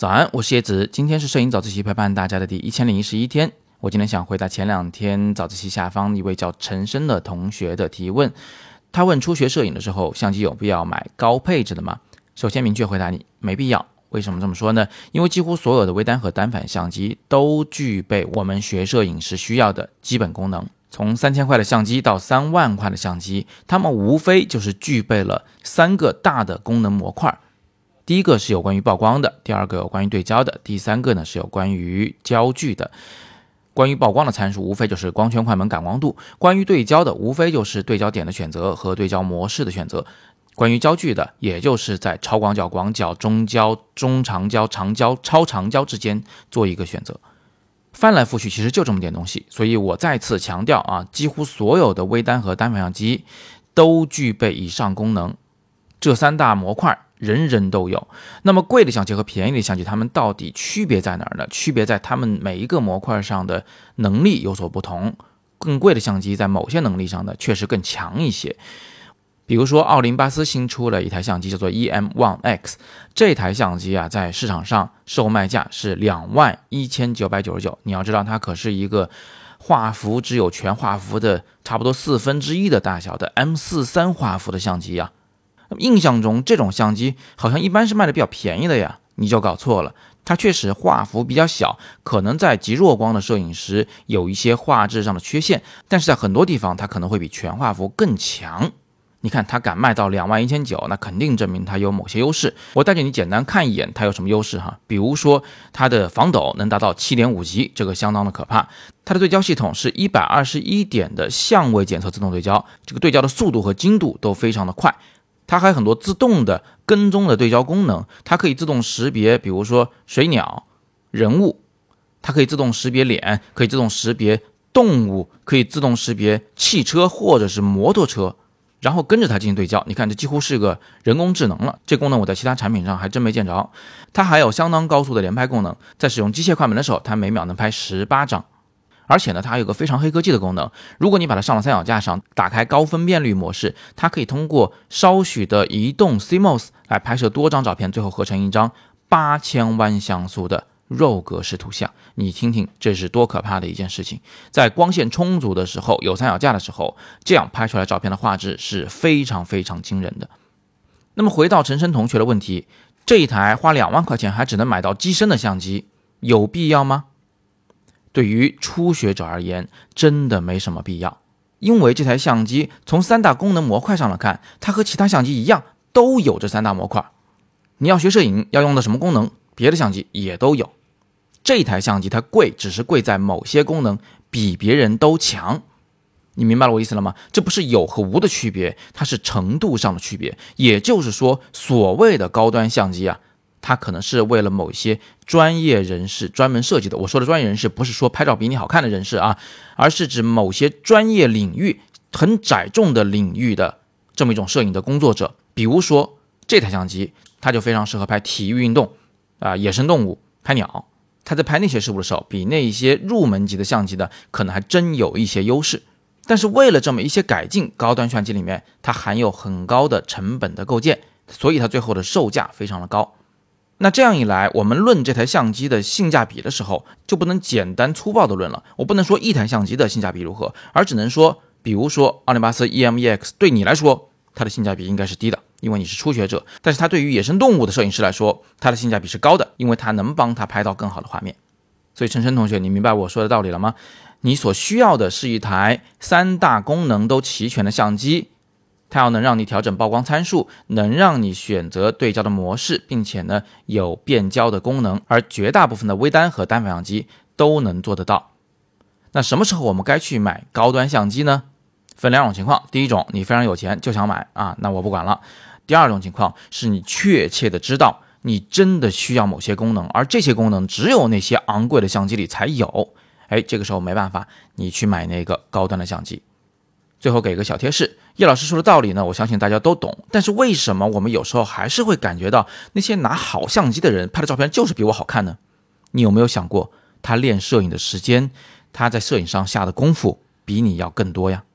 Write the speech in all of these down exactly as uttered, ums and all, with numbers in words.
早安，我是叶子，今天是摄影早自习陪伴大家的第一千零一十一天。我今天想回答前两天早自习下方一位叫陈生的同学的提问。他问初学摄影的时候，相机有必要买高配置的吗？首先明确回答你，没必要。为什么这么说呢？因为几乎所有的微单和单反相机都具备我们学摄影时需要的基本功能。从三千块的相机到三万块的相机，它们无非就是具备了三个大的功能模块。第一个是有关于曝光的，第二个有关于对焦的，第三个呢是有关于焦距的。关于曝光的参数无非就是光圈、快门、感光度，关于对焦的无非就是对焦点的选择和对焦模式的选择，关于焦距的也就是在超广角、广角、中焦、中长焦、长焦、超长焦之间做一个选择。翻来覆去其实就这么点东西，所以我再次强调啊，几乎所有的微单和单反相机都具备以上功能，这三大模块人人都有。那么贵的相机和便宜的相机，它们到底区别在哪儿呢？区别在它们每一个模块上的能力有所不同。更贵的相机在某些能力上呢，确实更强一些。比如说奥林巴斯新出了一台相机叫做 E M 一 X， 这台相机啊，在市场上售卖价是两万一千九百九十九。你要知道，它可是一个画幅只有全画幅的差不多四分之一的大小的 M 四十三 画幅的相机啊。那么印象中这种相机好像一般是卖的比较便宜的呀，你就搞错了。它确实画幅比较小，可能在极弱光的摄影时有一些画质上的缺陷，但是在很多地方它可能会比全画幅更强。你看它敢卖到两万一千九百，那肯定证明它有某些优势。我带着你简单看一眼它有什么优势哈，比如说它的防抖能达到 七点五 级，这个相当的可怕。它的对焦系统是一百二十一点的相位检测自动对焦，这个对焦的速度和精度都非常的快。它还有很多自动的跟踪的对焦功能，它可以自动识别比如说水鸟、人物，它可以自动识别脸，可以自动识别动物，可以自动识别汽车或者是摩托车，然后跟着它进行对焦。你看这几乎是个人工智能了，这功能我在其他产品上还真没见着。它还有相当高速的连拍功能，在使用机械快门的时候，它每秒能拍十八张。而且呢，它还有个非常黑科技的功能，如果你把它上了三脚架上，打开高分辨率模式，它可以通过稍许的移动 C M O S 来拍摄多张照片，最后合成一张八千万像素的肉格式图像。你听听，这是多可怕的一件事情。在光线充足的时候，有三脚架的时候，这样拍出来照片的画质是非常非常惊人的。那么回到陈生同学的问题，这一台花两万块钱还只能买到机身的相机，有必要吗？对于初学者而言，真的没什么必要。因为这台相机从三大功能模块上来看，它和其他相机一样，都有这三大模块。你要学摄影要用的什么功能，别的相机也都有。这台相机它贵，只是贵在某些功能比别人都强。你明白了我意思了吗？这不是有和无的区别，它是程度上的区别。也就是说，所谓的高端相机啊，它可能是为了某些专业人士专门设计的。我说的专业人士不是说拍照比你好看的人士啊，而是指某些专业领域很窄重的领域的这么一种摄影的工作者。比如说这台相机，它就非常适合拍体育运动啊、野生动物、拍鸟。它在拍那些事物的时候，比那一些入门级的相机的可能还真有一些优势。但是为了这么一些改进，高端相机里面它含有很高的成本的构建，所以它最后的售价非常的高。那这样一来，我们论这台相机的性价比的时候，就不能简单粗暴的论了。我不能说一台相机的性价比如何，而只能说，比如说奥林巴斯 E M 一 X 对你来说，它的性价比应该是低的，因为你是初学者。但是它对于野生动物的摄影师来说，它的性价比是高的，因为它能帮他拍到更好的画面。所以陈生同学，你明白我说的道理了吗？你所需要的是一台三大功能都齐全的相机，它要能让你调整曝光参数，能让你选择对焦的模式，并且呢有变焦的功能，而绝大部分的微单和单反相机都能做得到。那什么时候我们该去买高端相机呢？分两种情况，第一种，你非常有钱就想买啊，那我不管了。第二种情况是你确切的知道你真的需要某些功能，而这些功能只有那些昂贵的相机里才有，哎，这个时候没办法，你去买那个高端的相机。最后给个小贴士，叶老师说的道理呢，我相信大家都懂，但是为什么我们有时候还是会感觉到那些拿好相机的人拍的照片就是比我好看呢？你有没有想过，他练摄影的时间，他在摄影上下的功夫比你要更多呀？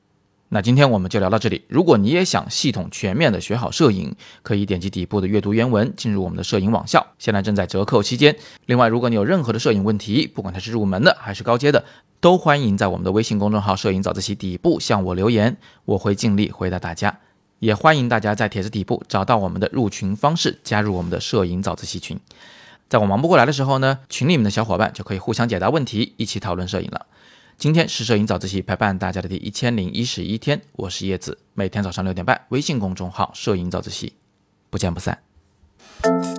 那今天我们就聊到这里。如果你也想系统全面的学好摄影，可以点击底部的阅读原文，进入我们的摄影网校，现在正在折扣期间。另外，如果你有任何的摄影问题，不管它是入门的还是高阶的，都欢迎在我们的微信公众号摄影早自习底部向我留言，我会尽力回答大家。也欢迎大家在帖子底部找到我们的入群方式，加入我们的摄影早自习群。在我忙不过来的时候呢，群里面的小伙伴就可以互相解答问题，一起讨论摄影了。今天是摄影早自习陪伴大家的第一千零一十一天，我是叶子，每天早上六点半，微信公众号摄影早自习，不见不散。